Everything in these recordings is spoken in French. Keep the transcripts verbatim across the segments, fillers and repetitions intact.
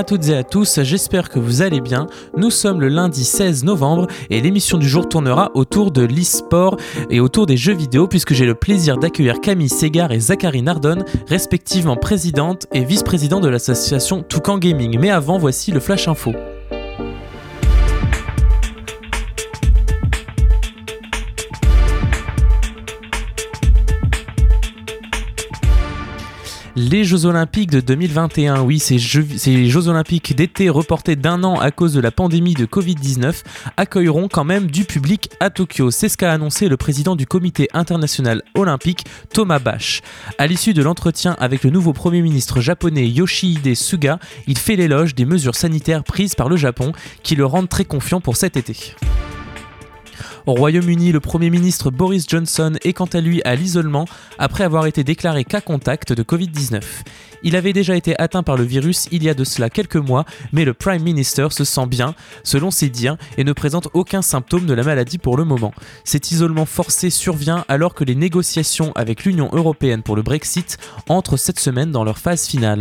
toutes et à tous, j'espère que vous allez bien. Nous sommes le lundi seize novembre et l'émission du jour tournera autour de l'e-sport et autour des jeux vidéo puisque j'ai le plaisir d'accueillir Camille Ségard et Zachary Nardone, respectivement présidente et vice-président de l'association Toucan Gaming. Mais avant, voici le Flash Info. Les Jeux Olympiques de deux mille vingt et un, oui, ces Jeux, ces Jeux Olympiques d'été reportés d'un an à cause de la pandémie de covid dix-neuf accueilleront quand même du public à Tokyo. C'est ce qu'a annoncé le président du comité international olympique, Thomas Bach. À l'issue de l'entretien avec le nouveau Premier ministre japonais Yoshihide Suga, il fait l'éloge des mesures sanitaires prises par le Japon qui le rendent très confiant pour cet été. Au Royaume-Uni, le Premier ministre Boris Johnson est quant à lui à l'isolement après avoir été déclaré cas contact de covid dix-neuf. Il avait déjà été atteint par le virus il y a de cela quelques mois, mais le Prime Minister se sent bien, selon ses dires, et ne présente aucun symptôme de la maladie pour le moment. Cet isolement forcé survient alors que les négociations avec l'Union européenne pour le Brexit entrent cette semaine dans leur phase finale.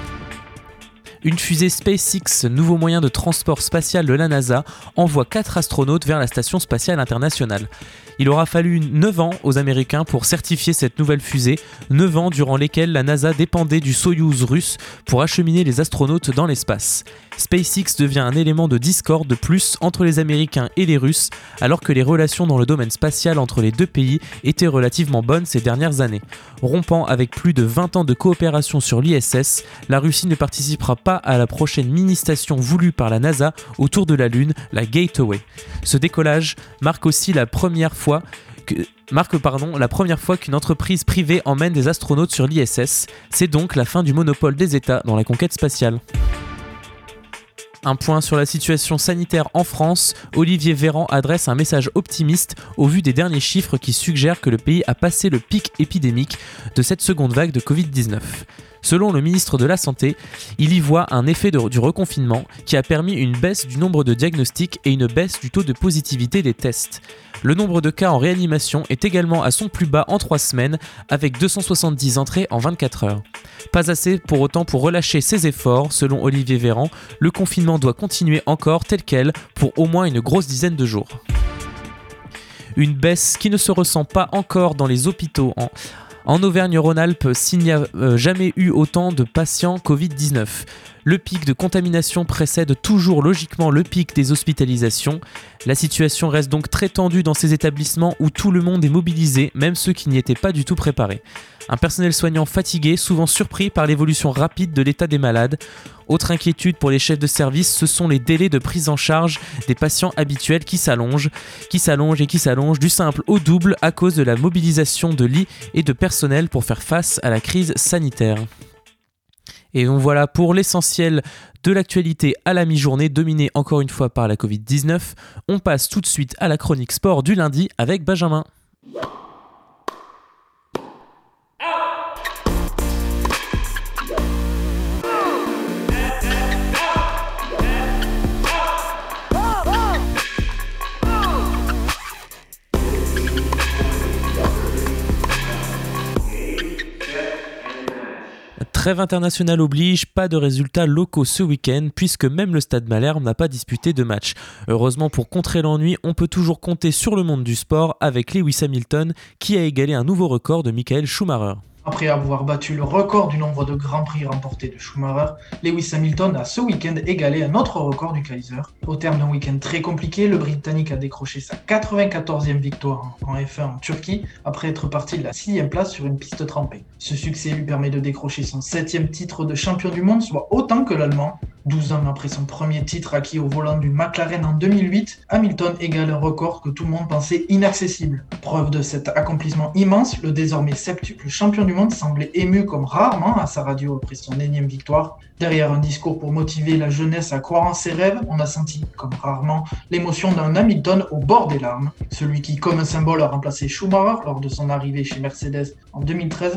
Une fusée SpaceX, nouveau moyen de transport spatial de la NASA, envoie quatre astronautes vers la Station spatiale internationale. Il aura fallu neuf ans aux Américains pour certifier cette nouvelle fusée, neuf ans durant lesquels la NASA dépendait du Soyouz russe pour acheminer les astronautes dans l'espace. SpaceX devient un élément de discorde de plus entre les Américains et les Russes, alors que les relations dans le domaine spatial entre les deux pays étaient relativement bonnes ces dernières années. Rompant avec plus de vingt ans de coopération sur l'I S S, la Russie ne participera pas à la prochaine mini-station voulue par la NASA autour de la Lune, la Gateway. Ce décollage marque aussi la première fois que... marque pardon, la première fois qu'une entreprise privée emmène des astronautes sur l'I S S. C'est donc la fin du monopole des États dans la conquête spatiale. Un point sur la situation sanitaire en France, Olivier Véran adresse un message optimiste au vu des derniers chiffres qui suggèrent que le pays a passé le pic épidémique de cette seconde vague de covid dix-neuf. Selon le ministre de la Santé, il y voit un effet de, du reconfinement qui a permis une baisse du nombre de diagnostics et une baisse du taux de positivité des tests. Le nombre de cas en réanimation est également à son plus bas en trois semaines, avec deux cent soixante-dix entrées en vingt-quatre heures. Pas assez pour autant pour relâcher ses efforts, selon Olivier Véran, le confinement doit continuer encore tel quel pour au moins une grosse dizaine de jours. Une baisse qui ne se ressent pas encore dans les hôpitaux en... En Auvergne-Rhône-Alpes, s'il n'y a euh, jamais eu autant de patients covid dix-neuf. Le pic de contamination précède toujours logiquement le pic des hospitalisations. La situation reste donc très tendue dans ces établissements où tout le monde est mobilisé, même ceux qui n'y étaient pas du tout préparés. Un personnel soignant fatigué, souvent surpris par l'évolution rapide de l'état des malades. Autre inquiétude pour les chefs de service, ce sont les délais de prise en charge des patients habituels qui s'allongent, qui s'allongent et qui s'allongent du simple au double à cause de la mobilisation de lits et de personnel pour faire face à la crise sanitaire. Et donc voilà pour l'essentiel de l'actualité à la mi-journée, dominée encore une fois par la covid dix-neuf. On passe tout de suite à la chronique sport du lundi avec Benjamin. Trêve internationale oblige, pas de résultats locaux ce week-end puisque même le Stade Malherbe n'a pas disputé de match. Heureusement pour contrer l'ennui, on peut toujours compter sur le monde du sport avec Lewis Hamilton qui a égalé un nouveau record de Michael Schumacher. Après avoir battu le record du nombre de grands prix remportés de Schumacher, Lewis Hamilton a ce week-end égalé un autre record du Kaiser. Au terme d'un week-end très compliqué, le Britannique a décroché sa quatre-vingt-quatorzième victoire en F un en Turquie après être parti de la sixième place sur une piste trempée. Ce succès lui permet de décrocher son septième titre de champion du monde, soit autant que l'Allemand. douze ans après son premier titre acquis au volant d'une McLaren en deux mille huit, Hamilton égale un record que tout le monde pensait inaccessible. Preuve de cet accomplissement immense, le désormais septuple champion du monde semblait ému comme rarement à sa radio après son énième victoire. Derrière un discours pour motiver la jeunesse à croire en ses rêves, on a senti, comme rarement, l'émotion d'un Hamilton au bord des larmes. Celui qui, comme un symbole, a remplacé Schumacher lors de son arrivée chez Mercedes en deux mille treize,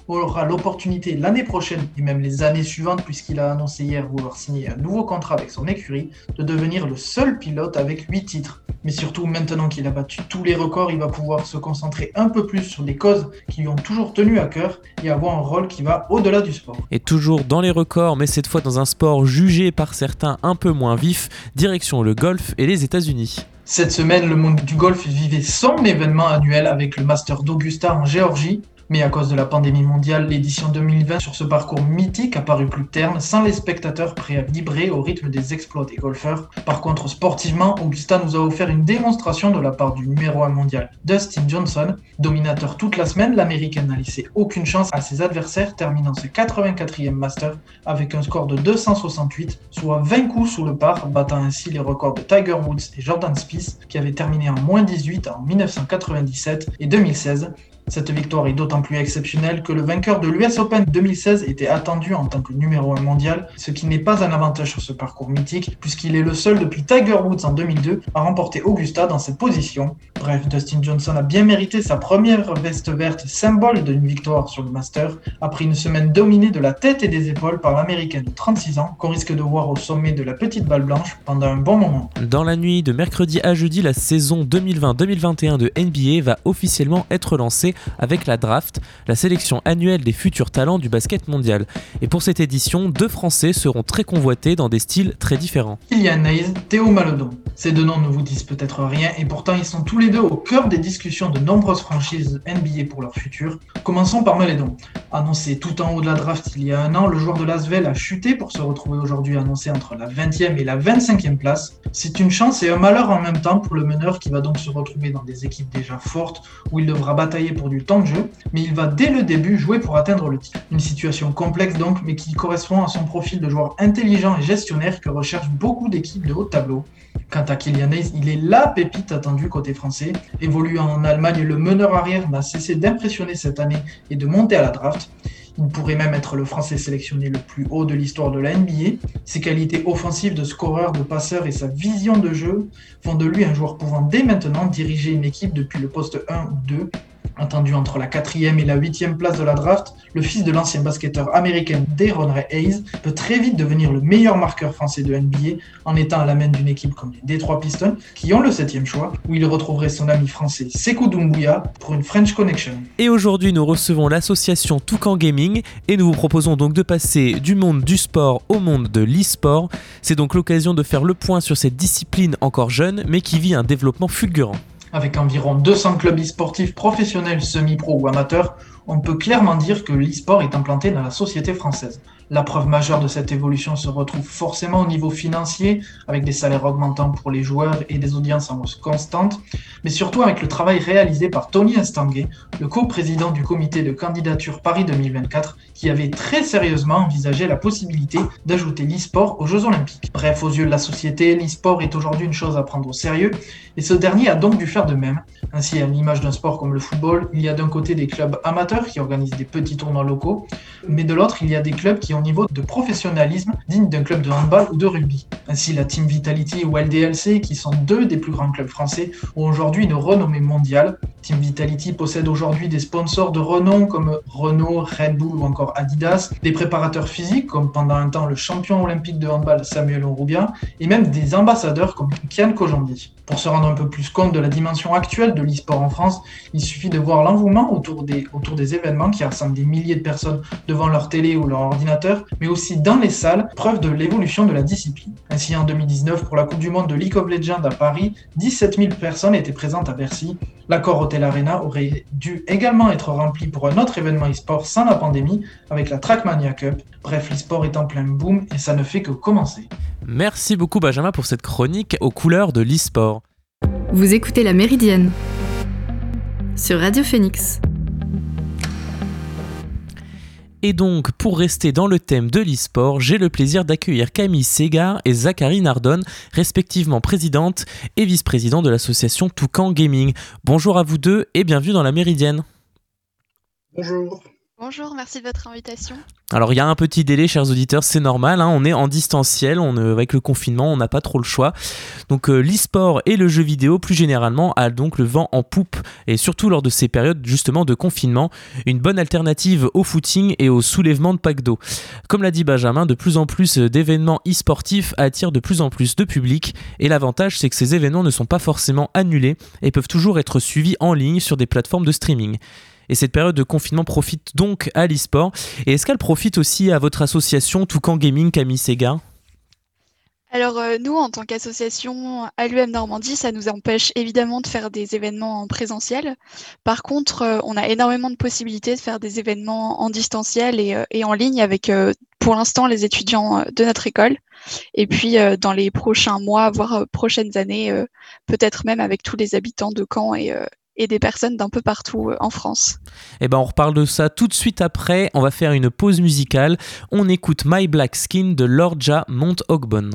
aura l'opportunité l'année prochaine et même les années suivantes, puisqu'il a annoncé hier vouloir signer un nouveau contrat avec son écurie, de devenir le seul pilote avec huit titres. Mais surtout, maintenant qu'il a battu tous les records, il va pouvoir se concentrer un peu plus sur des causes qui lui ont toujours tenu à cœur et avoir un rôle qui va au-delà du sport. Et toujours dans les records, mais cette fois dans un sport jugé par certains un peu moins vif, direction le golf et les États-Unis. Cette semaine, le monde du golf vivait son événement annuel avec le Master d'Augusta en Géorgie. Mais à cause de la pandémie mondiale, l'édition deux mille vingt sur ce parcours mythique a paru plus terne, sans les spectateurs prêts à vibrer au rythme des exploits des golfeurs. Par contre, sportivement, Augusta nous a offert une démonstration de la part du numéro un mondial, Dustin Johnson. Dominateur toute la semaine, l'Américain n'a laissé aucune chance à ses adversaires, terminant ce quatre-vingt-quatrième Master avec un score de deux cent soixante-huit, soit vingt coups sous le par, battant ainsi les records de Tiger Woods et Jordan Spieth, qui avaient terminé en moins dix-huit en dix-neuf cent quatre-vingt-dix-sept et deux mille seize. Cette victoire est d'autant plus exceptionnelle que le vainqueur de l'U S Open deux mille seize était attendu en tant que numéro un mondial, ce qui n'est pas un avantage sur ce parcours mythique, puisqu'il est le seul depuis Tiger Woods en deux mille deux à remporter Augusta dans cette position. Bref, Dustin Johnson a bien mérité sa première veste verte, symbole d'une victoire sur le Master, après une semaine dominée de la tête et des épaules par l'Américain de trente-six ans, qu'on risque de voir au sommet de la petite balle blanche pendant un bon moment. Dans la nuit de mercredi à jeudi, la saison deux mille vingt deux mille vingt et un de N B A va officiellement être lancée avec la draft, la sélection annuelle des futurs talents du basket mondial. Et pour cette édition, deux Français seront très convoités dans des styles très différents. Kylian Hayes, Théo Maledon. Ces deux noms ne vous disent peut-être rien et pourtant ils sont tous les deux au cœur des discussions de nombreuses franchises N B A pour leur futur. Commençons par Maledon. Annoncé tout en haut de la draft il y a un an, le joueur de Lasvel a chuté pour se retrouver aujourd'hui annoncé entre la vingtième et la vingt-cinquième place. C'est une chance et un malheur en même temps pour le meneur qui va donc se retrouver dans des équipes déjà fortes où il devra batailler pour du temps de jeu, mais il va dès le début jouer pour atteindre le titre. Une situation complexe donc, mais qui correspond à son profil de joueur intelligent et gestionnaire que recherchent beaucoup d'équipes de haut tableau. Quant à Kylian Hayes, il est la pépite attendue côté français. Évoluant en Allemagne, le meneur arrière n'a cessé d'impressionner cette année et de monter à la draft. Il pourrait même être le Français sélectionné le plus haut de l'histoire de la N B A. Ses qualités offensives de scoreur, de passeur et sa vision de jeu font de lui un joueur pouvant dès maintenant diriger une équipe depuis le poste un ou deux. Attendu entre la quatrième et la huitième place de la draft, le fils de l'ancien basketteur américain Deron Ray Hayes peut très vite devenir le meilleur marqueur français de N B A en étant à la main d'une équipe comme les Detroit Pistons qui ont le septième choix, où il retrouverait son ami français Sekou Doumbouya pour une French Connection. Et aujourd'hui nous recevons l'association Toucan Gaming et nous vous proposons donc de passer du monde du sport au monde de l'e-sport. C'est donc l'occasion de faire le point sur cette discipline encore jeune mais qui vit un développement fulgurant. Avec environ deux cents clubs e-sportifs professionnels, semi-pro ou amateurs, on peut clairement dire que l'e-sport est implanté dans la société française. La preuve majeure de cette évolution se retrouve forcément au niveau financier, avec des salaires augmentants pour les joueurs et des audiences en hausse constante, mais surtout avec le travail réalisé par Tony Estanguet, le co-président du comité de candidature Paris deux mille vingt-quatre, qui avait très sérieusement envisagé la possibilité d'ajouter l'e-sport aux Jeux Olympiques. Bref, aux yeux de la société, l'e-sport est aujourd'hui une chose à prendre au sérieux, et ce dernier a donc dû faire de même. Ainsi, à l'image d'un sport comme le football, il y a d'un côté des clubs amateurs qui organisent des petits tournois locaux, mais de l'autre, il y a des clubs qui ont un niveau de professionnalisme digne d'un club de handball ou de rugby. Ainsi, la Team Vitality ou L D L C, qui sont deux des plus grands clubs français, ont aujourd'hui une renommée mondiale. Team Vitality possède aujourd'hui des sponsors de renom comme Renault, Red Bull ou encore Adidas, des préparateurs physiques comme pendant un temps le champion olympique de handball Samuel Ourubia, et même des ambassadeurs comme Kian Kojandi. Pour se rendre un peu plus compte de la dimension actuelle de l'e-sport en France, il suffit de voir l'engouement autour des, autour des événements qui rassemblent des milliers de personnes devant leur télé ou leur ordinateur, mais aussi dans les salles, preuve de l'évolution de la discipline. Ainsi, en deux mille dix-neuf, pour la Coupe du Monde de League of Legends à Paris, dix-sept mille personnes étaient présentes à Bercy. L'Accor Hotel Arena aurait dû également être rempli pour un autre événement e-sport sans la pandémie, avec la Trackmania Cup. Bref, l'e-sport est en plein boom et ça ne fait que commencer. Merci beaucoup Benjamin pour cette chronique aux couleurs de l'e-sport. Vous écoutez La Méridienne sur Radio Phoenix. Et donc, pour rester dans le thème de l'e-sport, j'ai le plaisir d'accueillir Camille Ségard et Zachary Nardone, respectivement présidente et vice-président de l'association Toucan Gaming. Bonjour à vous deux et bienvenue dans La Méridienne. Bonjour. Bonjour, merci de votre invitation. Alors il y a un petit délai, chers auditeurs, c'est normal, hein, on est en distanciel, on, euh, avec le confinement, on n'a pas trop le choix. Donc euh, l'e-sport et le jeu vidéo, plus généralement, a donc le vent en poupe, et surtout lors de ces périodes justement de confinement, une bonne alternative au footing et au soulèvement de packs d'eau. Comme l'a dit Benjamin, de plus en plus d'événements e-sportifs attirent de plus en plus de public, et l'avantage c'est que ces événements ne sont pas forcément annulés et peuvent toujours être suivis en ligne sur des plateformes de streaming. Et cette période de confinement profite donc à l'e-sport. Et est-ce qu'elle profite aussi à votre association Toucan Gaming, Camille Séguin ? Alors euh, nous, en tant qu'association à l'U M Normandie, ça nous empêche évidemment de faire des événements en présentiel. Par contre, euh, on a énormément de possibilités de faire des événements en distanciel et, euh, et en ligne avec, euh, pour l'instant, les étudiants de notre école. Et puis, euh, dans les prochains mois, voire euh, prochaines années, euh, peut-être même avec tous les habitants de Caen et euh, et des personnes d'un peu partout en France. Eh ben on reparle de ça tout de suite après. On va faire une pause musicale. On écoute My Black Skin de Lorja Mount Ogbon.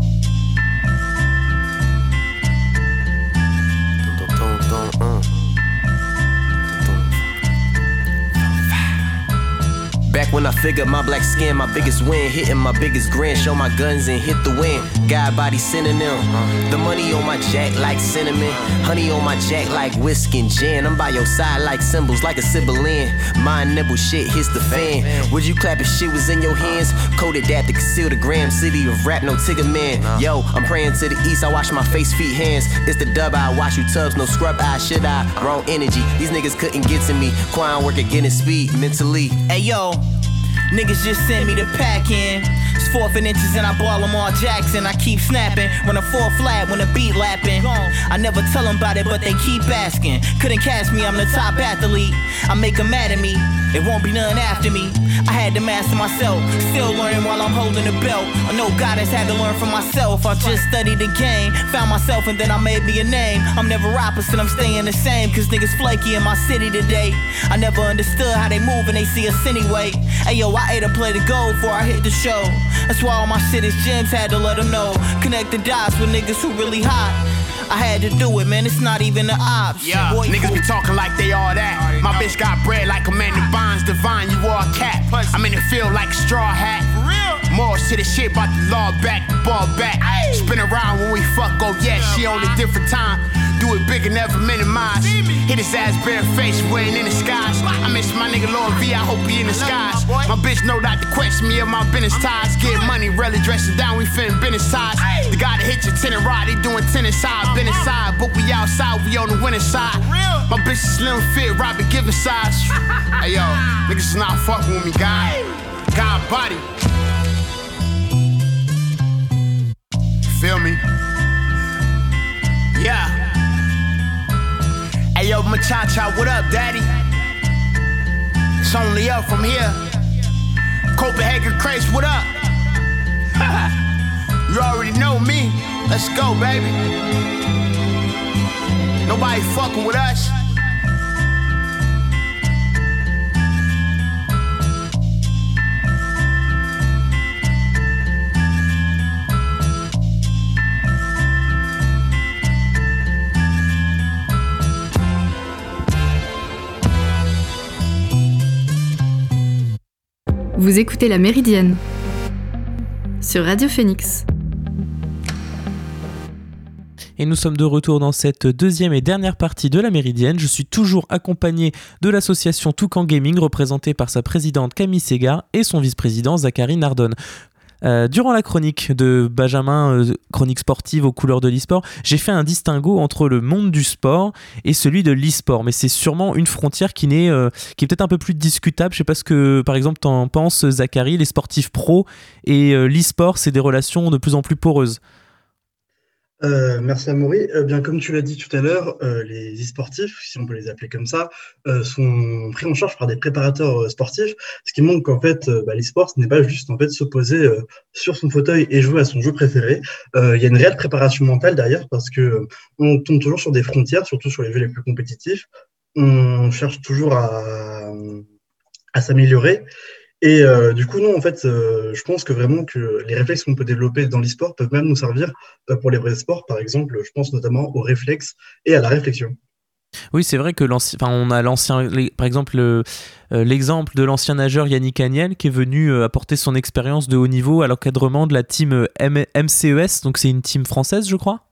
Back when I figured my black skin, my biggest win, hitting my biggest grin, show my guns and hit the win. God body synonym. The money on my jack like cinnamon, honey on my jack like whiskey and gin. I'm by your side like symbols, like a sibling. My nibble shit hits the fan. Would you clap if shit was in your hands? Coded that to conceal the gram city of rap, no Tigger man. Yo, I'm praying to the east, I wash my face, feet, hands. It's the dub, I wash you tubs, no scrub eye, should I? Wrong energy, these niggas couldn't get to me. Quine work at getting speed mentally. Hey yo. Niggas just send me the pack in. It's fourth and inches and I ball them all Jackson. I keep snapping, run a four flat when the beat lapping. I never tell them about it, but they keep asking. Couldn't catch me, I'm the top athlete. I make them mad at me, it won't be none after me. I had to master myself, still learning while I'm holding the belt. I know guidance had to learn from myself. I just studied the game, found myself and then I made me a name. I'm never opposite, I'm staying the same. Cause niggas flaky in my city today. I never understood how they move and they see us anyway. Hey yo, I ate a plate of gold before I hit the show. That's why all my shit is gems, had to let them know. Connect the dots with niggas who really hot. I had to do it, man, it's not even the ops. Yeah, boy, niggas be talking like they all that. My bitch got bread like Amanda Bynes, Divine, you all cat. I'm in the field like a straw hat. More shit is shit, about the law back, the ball back. Spin around when we fuck, oh yeah, she on a different time. Do it bigger, never minimize. Hit his ass bare face, wearing in the skies. I miss my nigga Lord V, I hope he in the skies. My bitch know not to question me of my business ties. Get money, really dressing down, we finna business ties. The guy that hit your tenant rod, he doing tennis side. Been inside, but we outside, we on the winning side. My bitch is slim fit, Robbie giving size. Hey yo, niggas is not fucking with me, God. God body. Feel me? Yeah. Hey yo, Machacha, what up, daddy? It's only up from here. Copenhagen Craze, what up? You already know me. Let's go, baby. Nobody fucking with us. Vous écoutez La Méridienne sur Radio Phoenix. Et nous sommes de retour dans cette deuxième et dernière partie de La Méridienne. Je suis toujours accompagné de l'association Toucan Gaming, représentée par sa présidente Camille Séguin et son vice-président Zachary Nardone. Euh, durant la chronique de Benjamin, euh, chronique sportive aux couleurs de l'e-sport, j'ai fait un distinguo entre le monde du sport et celui de l'e-sport, mais c'est sûrement une frontière qui, n'est, euh, qui est peut-être un peu plus discutable. Je sais pas ce que, par exemple, t'en penses, Zachary. Les sportifs pros et euh, l'e-sport, c'est des relations de plus en plus poreuses. Euh, merci Amaury. Euh, bien comme tu l'as dit tout à l'heure, euh, les e-sportifs, si on peut les appeler comme ça, euh, sont pris en charge par des préparateurs euh, sportifs, ce qui montre qu'en fait, euh, bah, l'e-sport, ce n'est pas juste en fait se poser euh, sur son fauteuil et jouer à son jeu préféré. Euh, il y a une réelle préparation mentale derrière parce que euh, on tombe toujours sur des frontières, surtout sur les jeux les plus compétitifs. On cherche toujours à, à s'améliorer. Et euh, du coup, non, en fait, euh, je pense que vraiment que les réflexes qu'on peut développer dans l'e-sport peuvent même nous servir euh, pour les vrais sports. Par exemple, je pense notamment aux réflexes et à la réflexion. Oui, c'est vrai que l'ancien, enfin, on a l'ancien, les- par exemple, le- euh, l'exemple de l'ancien nageur Yannick Agnel qui est venu euh, apporter son expérience de haut niveau à l'encadrement de la team euh, M- MCES, donc c'est une team française, je crois.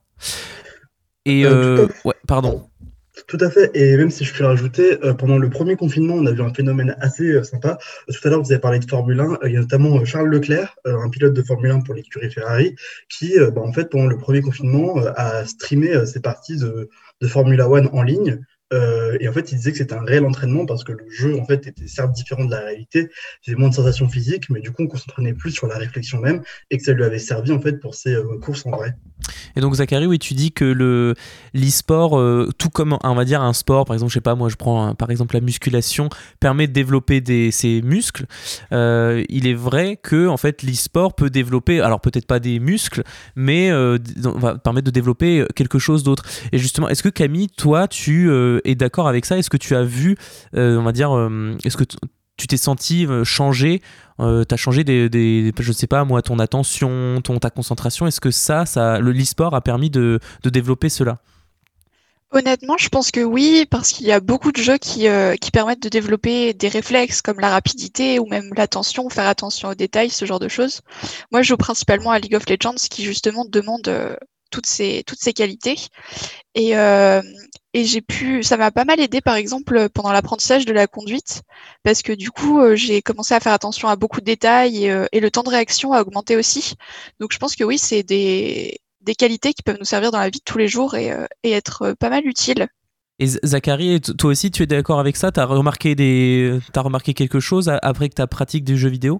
Et Euh, tout euh, à ouais, pardon. Tout à fait, et même si je puis rajouter, euh, pendant le premier confinement, on a vu un phénomène assez euh, sympa. Euh, Tout à l'heure, vous avez parlé de Formule un, euh, il y a notamment euh, Charles Leclerc, euh, un pilote de Formule un pour l'écurie Ferrari, qui, euh, bah, en fait, pendant le premier confinement, euh, a streamé euh, ses parties de, de Formula One en ligne. Euh, et en fait, il disait que c'était un réel entraînement parce que le jeu, en fait, était certes différent de la réalité, il y avait moins de sensations physiques, mais du coup, on concentrait plus sur la réflexion même, et que ça lui avait servi, en fait, pour ses euh, courses en vrai. Et donc Zachary, oui, tu dis que le l'e-sport, euh, tout comme on va dire un sport, par exemple, je sais pas, moi je prends un- par exemple la musculation, permet de développer des, ses muscles. Euh, il est vrai que en fait l'e-sport peut développer, alors peut-être pas des muscles, mais euh, d- va permettre de développer quelque chose d'autre. Et justement, est-ce que Camille, toi, tu euh, es d'accord avec ça? Est-ce que tu as vu, euh, on va dire, euh, est-ce que t- tu t'es senti euh, changer, euh, t'as changé des, des, je sais pas moi, ton attention, ton, ta concentration, est-ce que ça, ça le l'e-sport a permis de, de développer cela? Honnêtement, je pense que oui, parce qu'il y a beaucoup de jeux qui, euh, qui permettent de développer des réflexes comme la rapidité ou même l'attention, faire attention aux détails, ce genre de choses. Moi, je joue principalement à League of Legends qui justement demande euh, toutes ces, toutes ces qualités. Et, euh, et j'ai pu, ça m'a pas mal aidé par exemple pendant l'apprentissage de la conduite, parce que du coup, euh, j'ai commencé à faire attention à beaucoup de détails et, euh, et le temps de réaction a augmenté aussi. Donc je pense que oui, c'est des, des qualités qui peuvent nous servir dans la vie de tous les jours et, euh, et être euh, pas mal utiles. Et Z- Zachary, t- toi aussi, tu es d'accord avec ça? T'as remarqué des, t'as remarqué quelque chose a- après que ta pratique des jeux vidéo?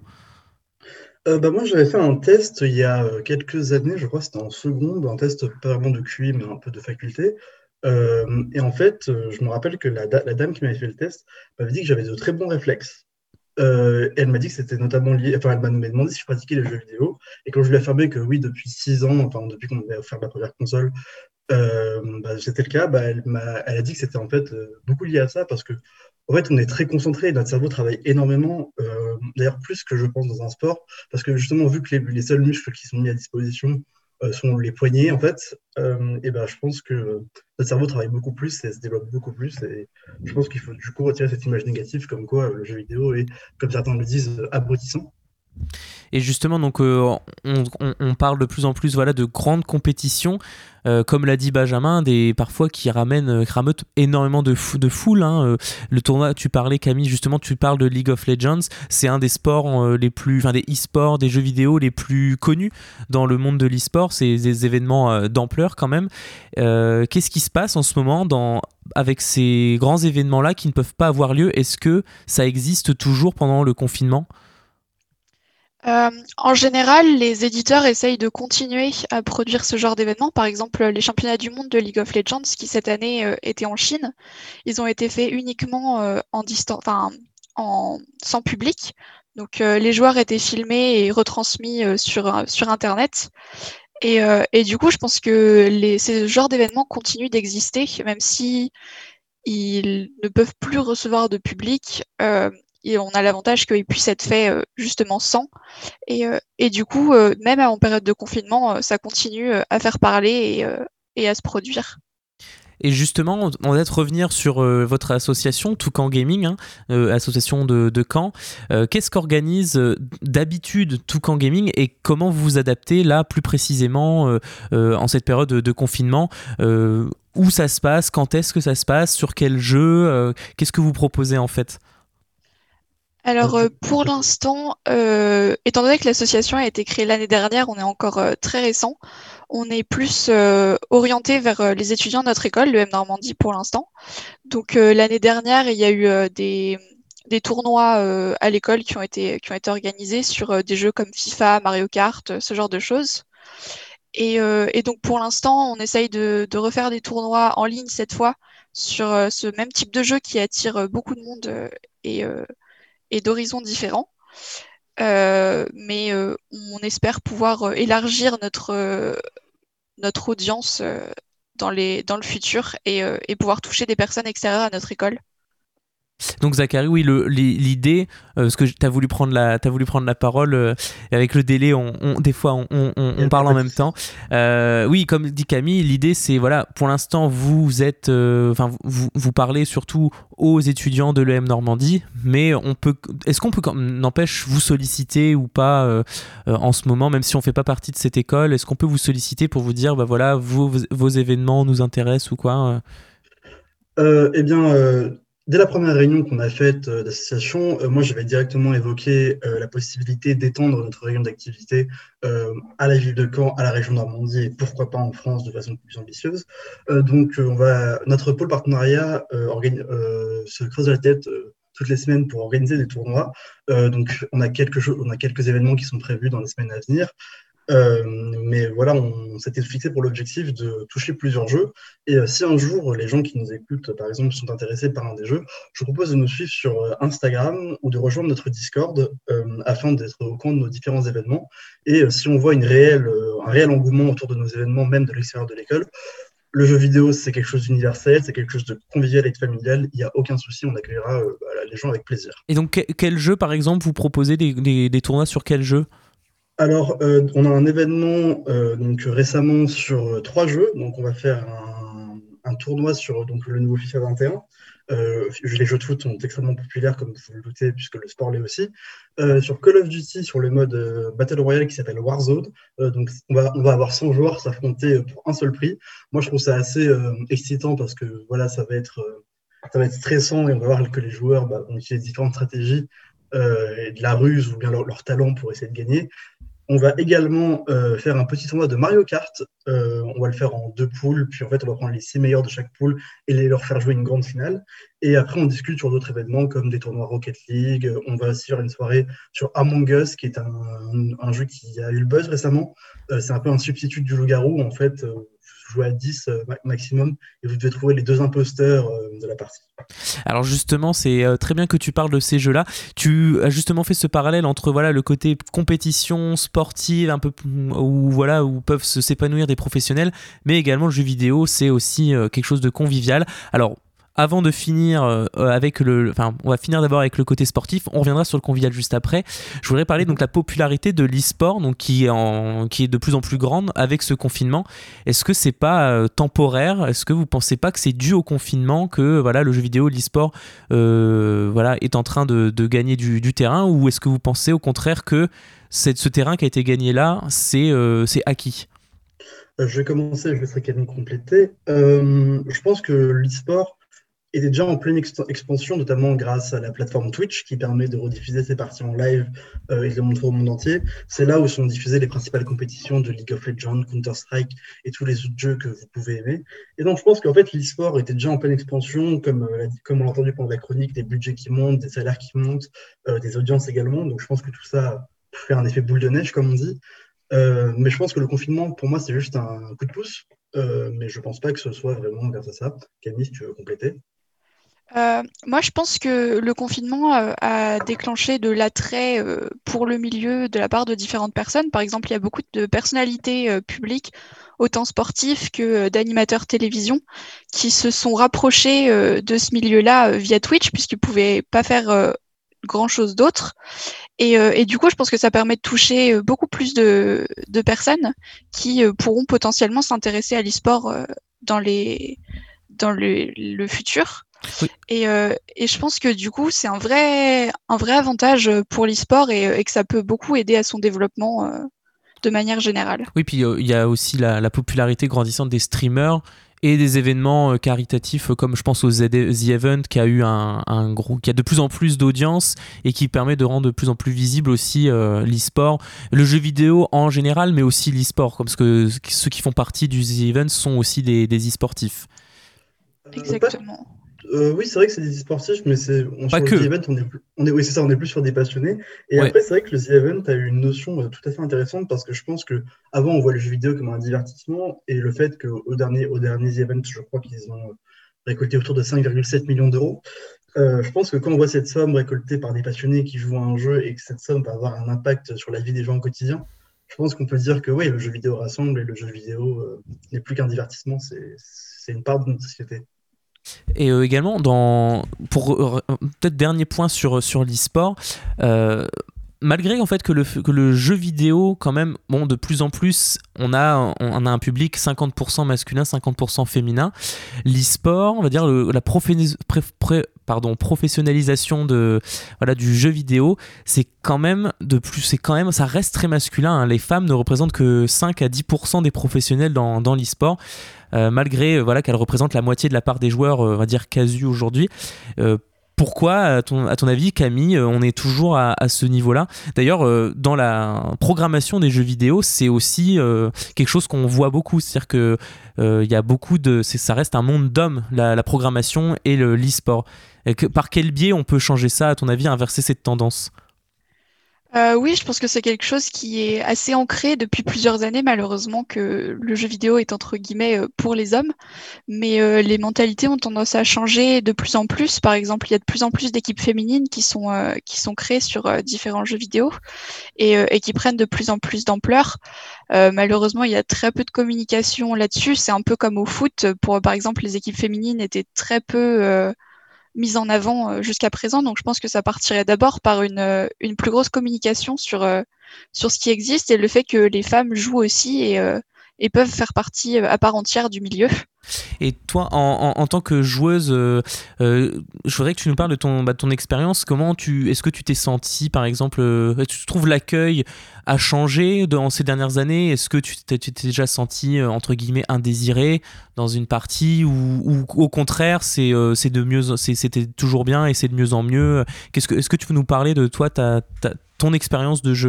Euh, bah moi, j'avais fait un test il y a euh, quelques années, je crois que c'était en seconde, un test pas vraiment de Q I, mais un peu de faculté. Euh, et en fait, euh, je me rappelle que la, da- la dame qui m'avait fait le test m'avait dit que j'avais de très bons réflexes. Euh, elle m'a dit que c'était notamment lié, enfin, elle m'a m'a demandé si je pratiquais les jeux vidéo. Et quand je lui ai affirmé que oui, depuis six ans, enfin, depuis qu'on m'avait offert la première console, euh, bah, c'était le cas, bah, elle m'a, elle a dit que c'était en fait euh, beaucoup lié à ça parce que en fait, on est très concentré, notre cerveau travaille énormément, euh, d'ailleurs plus que je pense dans un sport, parce que justement, vu que les, les seuls muscles qui sont mis à disposition euh, sont les poignets, en fait, euh, et ben, je pense que notre cerveau travaille beaucoup plus et se développe beaucoup plus. Et je pense qu'il faut du coup retirer cette image négative comme quoi euh, le jeu vidéo est, comme certains le disent, euh, abrutissant. Et justement, donc, euh, on, on- on parle de plus en plus voilà, de grandes compétitions, euh, comme l'a dit Benjamin, des, parfois qui ramènent, euh, qui rameutent énormément de, fou, de foule. Hein. Euh, Le tournoi, tu parlais Camille, justement, tu parles de League of Legends, c'est un des sports euh, les plus, enfin des e-sports, des jeux vidéo les plus connus dans le monde de l'e-sport, c'est des événements euh, d'ampleur quand même. Euh, qu'est-ce qui se passe en ce moment dans, avec ces grands événements-là qui ne peuvent pas avoir lieu? Est-ce que ça existe toujours pendant le confinement? Euh, en général, les éditeurs essayent de continuer à produire ce genre d'événements. Par exemple, les championnats du monde de League of Legends, qui cette année euh, étaient en Chine, ils ont été faits uniquement euh, en distance, enfin, en sans public. Donc, euh, les joueurs étaient filmés et retransmis euh, sur euh, sur Internet. Et, euh, et du coup, je pense que les, ces genres d'événements continuent d'exister, même si ils ne peuvent plus recevoir de public. Euh, et on a l'avantage qu'ils puissent être faits euh, justement sans. Et, euh, et du coup, euh, même en période de confinement, euh, ça continue euh, à faire parler et, euh, et à se produire. Et justement, on va peut-être revenir sur euh, votre association, Toucan Gaming, hein, euh, association de, de Caen. Euh, qu'est-ce qu'organise euh, d'habitude Toucan Gaming et comment vous vous adaptez là plus précisément euh, euh, en cette période de, de confinement euh, où ça se passe, quand est-ce que ça se passe, sur quel jeu, euh, qu'est-ce que vous proposez en fait? Alors euh, pour l'instant, euh, étant donné que l'association a été créée l'année dernière, on est encore euh, très récent. On est plus euh, orienté vers euh, les étudiants de notre école, le M Normandie pour l'instant. Donc euh, l'année dernière, il y a eu euh, des, des tournois euh, à l'école qui ont été, qui ont été organisés sur euh, des jeux comme FIFA, Mario Kart, euh, ce genre de choses. Et, euh, et donc pour l'instant, on essaye de, de refaire des tournois en ligne cette fois sur euh, ce même type de jeu qui attire euh, beaucoup de monde euh, et, euh, et d'horizons différents. Euh, mais euh, on espère pouvoir euh, élargir notre, euh, notre audience euh, dans les, dans le futur et, euh, et pouvoir toucher des personnes extérieures à notre école. Donc Zachary, oui, le, l'idée, euh, parce que tu as voulu prendre la, t'as voulu prendre la parole, euh, et avec le délai, on, on, des fois on, on, on parle en même temps. Euh, oui, comme dit Camille, l'idée c'est, voilà, pour l'instant vous êtes, enfin euh, vous, vous parlez surtout aux étudiants de l'E M Normandie, mais on peut, est-ce qu'on peut, n'empêche, vous solliciter ou pas euh, euh, en ce moment, même si on fait pas partie de cette école, est-ce qu'on peut vous solliciter pour vous dire, bah voilà, vos, vos événements nous intéressent ou quoi euh, Eh bien. Euh... Dès la première réunion qu'on a faite euh, d'association, euh, moi j'avais directement évoqué euh, la possibilité d'étendre notre rayon d'activité euh, à la ville de Caen, à la région Normandie et pourquoi pas en France de façon plus ambitieuse. Euh, donc euh, on va, notre pôle partenariat euh, organi- euh, se creuse la tête euh, toutes les semaines pour organiser des tournois. Euh, donc on a, quelques, on a quelques événements qui sont prévus dans les semaines à venir. Euh, mais voilà, on, on s'était fixé pour l'objectif de toucher plusieurs jeux. Et euh, si un jour les gens qui nous écoutent, par exemple, sont intéressés par un des jeux, je vous propose de nous suivre sur euh, Instagram ou de rejoindre notre Discord euh, afin d'être au courant de nos différents événements. Et euh, si on voit une réelle, euh, un réel engouement autour de nos événements, même de l'extérieur de l'école, le jeu vidéo, c'est quelque chose d'universel, c'est quelque chose de convivial et de familial. Il n'y a aucun souci, on accueillera euh, bah, les gens avec plaisir. Et donc, que, quel jeu, par exemple, vous proposez des, des, des tournois sur quel jeu ? Alors, euh, on a un événement euh, donc, récemment sur euh, trois jeux. Donc, on va faire un, un tournoi sur donc, le nouveau FIFA vingt et un. Euh, les jeux de foot sont extrêmement populaires, comme vous le doutez, puisque le sport l'est aussi. Euh, sur Call of Duty, sur le mode euh, Battle Royale qui s'appelle Warzone. Euh, donc, on va, on va avoir cent joueurs s'affronter pour un seul prix. Moi, je trouve ça assez euh, excitant parce que voilà, ça va être, euh, ça va être stressant et on va voir que les joueurs bah, vont utiliser différentes stratégies euh, et de la ruse ou bien leur, leur talent pour essayer de gagner. On va également euh, faire un petit tournoi de Mario Kart. Euh, on va le faire en deux poules, puis en fait, on va prendre les six meilleurs de chaque poule et les leur faire jouer une grande finale. Et après, on discute sur d'autres événements comme des tournois Rocket League. On va aussi faire une soirée sur Among Us, qui est un, un, un jeu qui a eu le buzz récemment. Euh, c'est un peu un substitut du loup-garou. En fait, euh, vous jouez à dix euh, maximum et vous devez trouver les deux imposteurs euh, de la partie. Alors justement, c'est euh, très bien que tu parles de ces jeux-là. Tu as justement fait ce parallèle entre voilà le côté compétition sportive, un peu où voilà où peuvent se s'épanouir des professionnels, mais également le jeu vidéo, c'est aussi euh, quelque chose de convivial. Alors avant de finir euh, avec le, enfin, on va finir d'abord avec le côté sportif. On reviendra sur le convivial juste après. Je voudrais parler donc de la popularité de l'e-sport, donc qui est en, qui est de plus en plus grande avec ce confinement. Est-ce que c'est pas euh, temporaire ? Est-ce que vous pensez pas que c'est dû au confinement que voilà le jeu vidéo, l'e-sport, euh, voilà est en train de, de gagner du, du terrain, ou est-ce que vous pensez au contraire que c'est ce terrain qui a été gagné là, c'est euh, c'est acquis ? euh, Je vais commencer, je laisserai Camille compléter. Euh, je pense que l'e-sport était déjà en pleine ex- expansion, notamment grâce à la plateforme Twitch qui permet de rediffuser ses parties en live euh, et de les montrer au monde entier. C'est là où sont diffusées les principales compétitions de League of Legends, Counter-Strike et tous les autres jeux que vous pouvez aimer. Et donc je pense qu'en fait l'e-sport était déjà en pleine expansion, comme, euh, comme on l'a entendu pendant la chronique, des budgets qui montent, des salaires qui montent, euh, des audiences également. Donc je pense que tout ça fait un effet boule de neige, comme on dit. Euh, mais je pense que le confinement, pour moi, c'est juste un coup de pouce. Euh, mais je ne pense pas que ce soit vraiment grâce à ça. Camille, si tu veux compléter. Euh, moi, je pense que le confinement euh, a déclenché de l'attrait euh, pour le milieu de la part de différentes personnes. Par exemple, il y a beaucoup de personnalités euh, publiques, autant sportifs que euh, d'animateurs télévision, qui se sont rapprochés euh, de ce milieu-là euh, via Twitch, puisqu'ils ne pouvaient pas faire euh, grand-chose d'autre. Et, euh, et du coup, je pense que ça permet de toucher euh, beaucoup plus de, de personnes qui euh, pourront potentiellement s'intéresser à l'e-sport euh, dans, les, dans le, le futur. Oui. Et, euh, et je pense que du coup, c'est un vrai, un vrai avantage pour l'e-sport et, et que ça peut beaucoup aider à son développement euh, de manière générale. Oui, puis il euh, y a aussi la, la popularité grandissante des streamers et des événements euh, caritatifs euh, comme je pense au Z- The Event qui a eu un, un gros, qui a de plus en plus d'audience et qui permet de rendre de plus en plus visible aussi euh, l'e-sport, le jeu vidéo en général, mais aussi l'e-sport, parce que ceux qui font partie du The Event sont aussi des, des e-sportifs. Exactement. Euh, oui, c'est vrai que c'est des sportifs, mais c'est, on, Pas sur que. le The Event, on est, plus, on est, oui, c'est ça, on est plus sur des passionnés. Et ouais. Après, c'est vrai que le The Event a eu une notion euh, tout à fait intéressante parce que je pense que avant, on voit le jeu vidéo comme un divertissement et le fait qu'au dernier, au dernier The Event, je crois qu'ils ont récolté autour de cinq virgule sept millions d'euros. Euh, je pense que quand on voit cette somme récoltée par des passionnés qui jouent à un jeu et que cette somme va avoir un impact sur la vie des gens au quotidien, je pense qu'on peut dire que oui, le jeu vidéo rassemble et le jeu vidéo euh, n'est plus qu'un divertissement, c'est, c'est une part de notre société. Et euh, également, dans, pour euh, peut-être dernier point sur, sur l'e-sport, euh, malgré en fait que le, que le jeu vidéo, quand même, bon, de plus en plus, on a, on a un public cinquante pour cent masculin, cinquante pour cent féminin. L'e-sport, on va dire le, la profé- pré- pré- pardon, professionnalisation de, voilà, du jeu vidéo, c'est quand même de plus, c'est quand même, ça reste très masculin. Hein. Les femmes ne représentent que cinq à dix pour cent des professionnels dans, dans l'e-sport. Euh, malgré euh, voilà, qu'elle représente la moitié de la part des joueurs, euh, on va dire casu aujourd'hui. Euh, pourquoi, à ton, à ton avis, Camille, euh, on est toujours à, à ce niveau-là ? D'ailleurs, euh, dans la programmation des jeux vidéo, c'est aussi euh, quelque chose qu'on voit beaucoup. C'est-à-dire que euh, y a beaucoup de, c'est, ça reste un monde d'hommes, la, la programmation et le, l'e-sport. Et que, par quel biais on peut changer ça, à ton avis, inverser cette tendance ? Euh, oui, je pense que c'est quelque chose qui est assez ancré depuis plusieurs années, malheureusement, que le jeu vidéo est entre guillemets euh, pour les hommes. Mais euh, les mentalités ont tendance à changer de plus en plus. Par exemple, il y a de plus en plus d'équipes féminines qui sont, euh, qui sont créées sur euh, différents jeux vidéo et, euh, et qui prennent de plus en plus d'ampleur. Euh, malheureusement, il y a très peu de communication là-dessus. C'est un peu comme au foot. Pour, par exemple, les équipes féminines étaient très peu... Euh, mise en avant jusqu'à présent. Donc, je pense que ça partirait d'abord par une, une plus grosse communication sur, sur ce qui existe et le fait que les femmes jouent aussi et, et peuvent faire partie à part entière du milieu. Et toi, en, en, en tant que joueuse, euh, euh, je voudrais que tu nous parles de ton, bah, ton expérience. Comment tu, est-ce que tu t'es sentie, par exemple, euh, tu trouves l'accueil a changé dans ces dernières années ? Est-ce que tu t'es, tu t'es déjà sentie, euh, entre guillemets, indésirée dans une partie ou, ou au contraire, c'est, euh, c'est de mieux, c'est, c'était toujours bien et c'est de mieux en mieux ? Qu'est-ce que, est-ce que tu peux nous parler de toi, ta, ta, ton expérience de jeu ?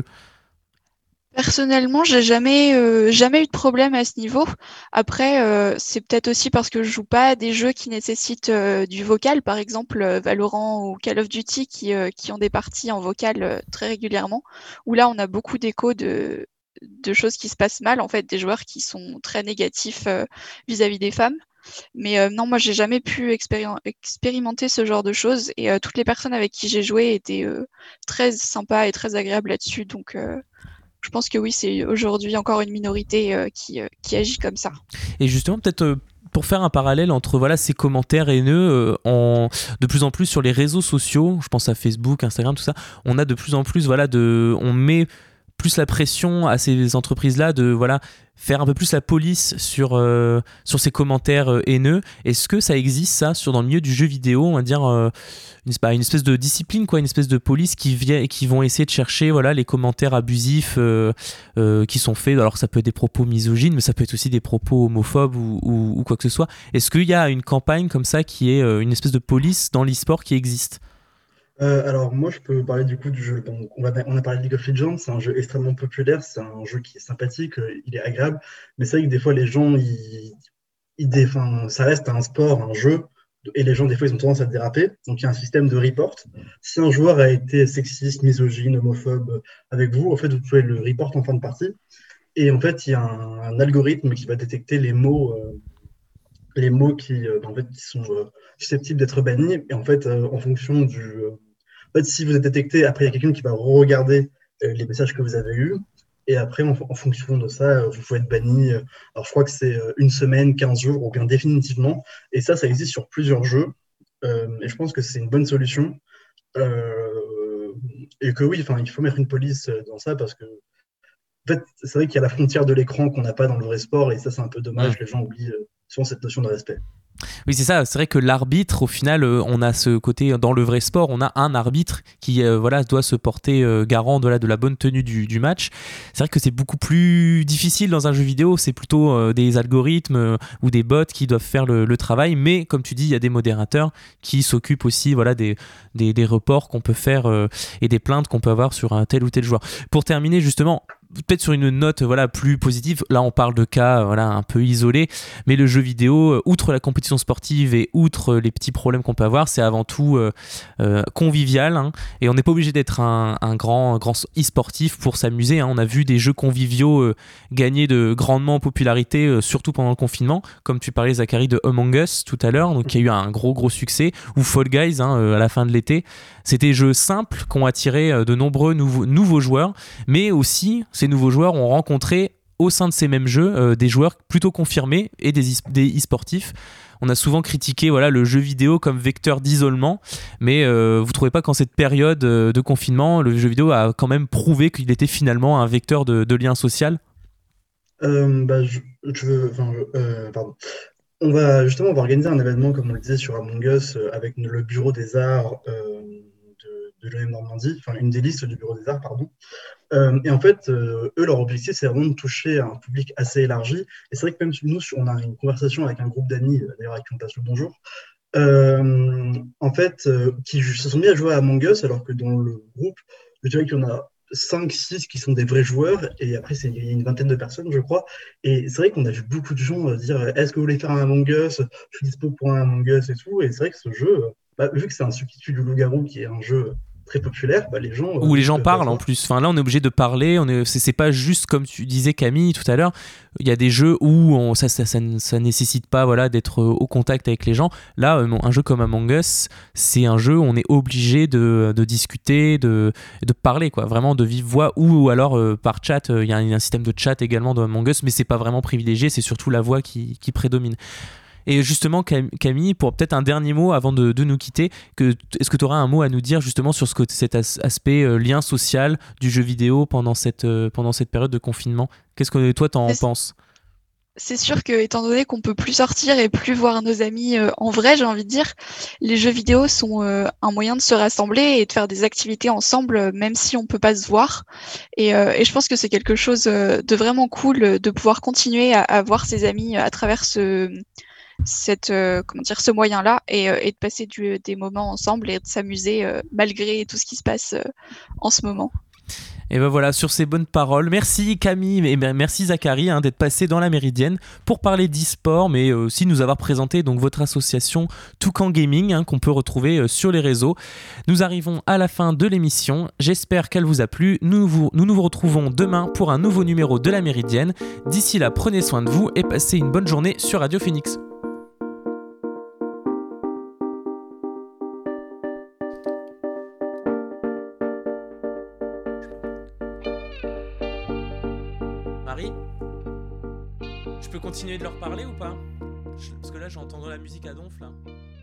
Personnellement, j'ai jamais euh, jamais eu de problème à ce niveau. Après, euh, c'est peut-être aussi parce que je joue pas à des jeux qui nécessitent euh, du vocal, par exemple euh, Valorant ou Call of Duty, qui euh, qui ont des parties en vocal euh, très régulièrement. Où là, on a beaucoup d'échos de de choses qui se passent mal, en fait, des joueurs qui sont très négatifs euh, vis-à-vis des femmes. Mais euh, non, moi, j'ai jamais pu expéri- expérimenter ce genre de choses. Et euh, toutes les personnes avec qui j'ai joué étaient euh, très sympas et très agréables là-dessus. Donc euh, je pense que oui, c'est aujourd'hui encore une minorité euh, qui, euh, qui agit comme ça. Et justement, peut-être euh, pour faire un parallèle entre voilà, ces commentaires haineux, euh, en, de plus en plus sur les réseaux sociaux, je pense à Facebook, Instagram, tout ça, on a de plus en plus, voilà, de, on met plus la pression à ces entreprises-là de voilà, faire un peu plus la police sur, euh, sur ces commentaires euh, haineux. Est-ce que ça existe, ça, sur, dans le milieu du jeu vidéo, on va dire, euh, une, pas, une espèce de discipline, quoi, une espèce de police qui, vient, qui vont essayer de chercher voilà, les commentaires abusifs euh, euh, qui sont faits. Alors ça peut être des propos misogynes, mais ça peut être aussi des propos homophobes ou, ou, ou quoi que ce soit. Est-ce qu'il y a une campagne comme ça qui est euh, une espèce de police dans l'e-sport qui existe ? Euh, alors moi je peux parler du coup du jeu. Donc, on, va, on a parlé de League of Legends, c'est un jeu extrêmement populaire, c'est un jeu qui est sympathique, euh, il est agréable, mais c'est vrai que des fois les gens, ils, ils dé... enfin, ça reste un sport, un jeu, et les gens des fois ils ont tendance à déraper, donc il y a un système de report. Si un joueur a été sexiste, misogyne, homophobe avec vous, en fait vous pouvez le report en fin de partie, et en fait il y a un, un algorithme qui va détecter les mots, euh, les mots qui, euh, en fait, qui sont euh, susceptibles d'être bannis, et en fait euh, en fonction du... Euh, En fait, si vous êtes détecté, après, il y a quelqu'un qui va regarder euh, les messages que vous avez eus. Et après, en, en fonction de ça, euh, vous pouvez être banni. Euh, alors, je crois que c'est euh, une semaine, quinze jours, ou bien définitivement. Et ça, ça existe sur plusieurs jeux. Euh, et je pense que c'est une bonne solution. Euh, et que oui, il faut mettre une police dans ça parce que, en fait, c'est vrai qu'il y a la frontière de l'écran qu'on n'a pas dans le vrai sport. Et ça, c'est un peu dommage. Ouais. Les gens oublient euh, souvent cette notion de respect. Oui, c'est ça. C'est vrai que l'arbitre, au final, euh, on a ce côté, dans le vrai sport, on a un arbitre qui euh, voilà, doit se porter euh, garant de la, de la bonne tenue du, du match. C'est vrai que c'est beaucoup plus difficile dans un jeu vidéo. C'est plutôt euh, des algorithmes euh, ou des bots qui doivent faire le, le travail. Mais comme tu dis, il y a des modérateurs qui s'occupent aussi voilà, des, des, des reports qu'on peut faire euh, et des plaintes qu'on peut avoir sur un tel ou tel joueur. Pour terminer, justement, peut-être sur une note voilà, plus positive, là on parle de cas voilà, un peu isolés, mais le jeu vidéo, outre la compétition sportive et outre les petits problèmes qu'on peut avoir, c'est avant tout euh, euh, convivial, hein, et on n'est pas obligé d'être un, un grand, grand e-sportif pour s'amuser, hein. On a vu des jeux conviviaux euh, gagner de grandement en popularité, euh, surtout pendant le confinement, comme tu parlais Zachary de Among Us tout à l'heure, donc qui a eu un gros gros succès, ou Fall Guys hein, euh, à la fin de l'été. C'était des jeux simples qui ont attiré de nombreux nouveaux, nouveaux joueurs, mais aussi ces nouveaux joueurs ont rencontré au sein de ces mêmes jeux euh, des joueurs plutôt confirmés et des, e- des e-sportifs. On a souvent critiqué voilà, le jeu vidéo comme vecteur d'isolement, mais euh, vous ne trouvez pas qu'en cette période euh, de confinement, le jeu vidéo a quand même prouvé qu'il était finalement un vecteur de, de lien social? Euh, bah, je, je veux, enfin, euh, pardon. On va justement on va organiser un événement, comme on le disait, sur Among Us euh, avec le Bureau des Arts euh, de, de l'U E M Normandie, enfin une des listes du Bureau des Arts, pardon. Euh, et en fait, euh, eux, leur objectif, c'est vraiment de toucher un public assez élargi. Et c'est vrai que même nous, on a une conversation avec un groupe d'amis, euh, d'ailleurs, avec qui on passe le bonjour, euh, en fait, euh, qui se sont mis à jouer à Among Us, alors que dans le groupe, je dirais qu'il y en a cinq six qui sont des vrais joueurs, et après, c'est, il y a une vingtaine de personnes, je crois. Et c'est vrai qu'on a vu beaucoup de gens euh, dire est-ce que vous voulez faire un Among Us? Je suis dispo pour un Among Us et tout. Et c'est vrai que ce jeu, euh, bah, vu que c'est un substitut du Loup-Garou, qui est un jeu très populaire, bah, les gens. Où euh, les gens peuvent parlent en avoir- plus. Enfin, là, on est obligé de parler. On est, c'est, c'est pas juste comme tu disais, Camille, tout à l'heure. Il y a des jeux où on, ça, ça, ça, ne- ça nécessite pas voilà, d'être euh, au contact avec les gens. Là, euh, un jeu comme Among Us, c'est un jeu où on est obligé de, de discuter, de, de parler, quoi. Vraiment de vive voix. Ou, ou alors euh, par chat. Euh, Il y a un, un système de chat également dans Among Us, mais c'est pas vraiment privilégié. C'est surtout la voix qui, qui prédomine. Et justement, Cam- Camille, pour peut-être un dernier mot avant de, de nous quitter, que, est-ce que tu auras un mot à nous dire justement sur ce, côté- cet as- aspect euh, lien social du jeu vidéo pendant cette, euh, pendant cette période de confinement? Qu'est-ce que toi t'en C'est- penses? C'est sûr que, étant donné qu'on peut plus sortir et plus voir nos amis euh, en vrai, j'ai envie de dire, les jeux vidéo sont euh, un moyen de se rassembler et de faire des activités ensemble, euh, même si on peut pas se voir. Et, euh, et je pense que c'est quelque chose euh, de vraiment cool euh, de pouvoir continuer à, à voir ses amis à travers ce, cette, euh, comment dire, ce moyen-là et, euh, et de passer du- des moments ensemble et de s'amuser euh, malgré tout ce qui se passe euh, en ce moment. Et ben voilà, sur ces bonnes paroles, merci Camille et merci Zachary hein, d'être passé dans la Méridienne pour parler d'e-sport, mais aussi nous avoir présenté donc votre association Toucan Gaming hein, qu'on peut retrouver euh, sur les réseaux. Nous arrivons à la fin de l'émission, j'espère qu'elle vous a plu. Nous vous, nous nous retrouvons demain pour un nouveau numéro de la Méridienne. D'ici là, prenez soin de vous et passez une bonne journée sur Radio Phoenix. Marie, je peux continuer de leur parler ou pas? Je- Parce que là, j'ai entendu la musique à donf là.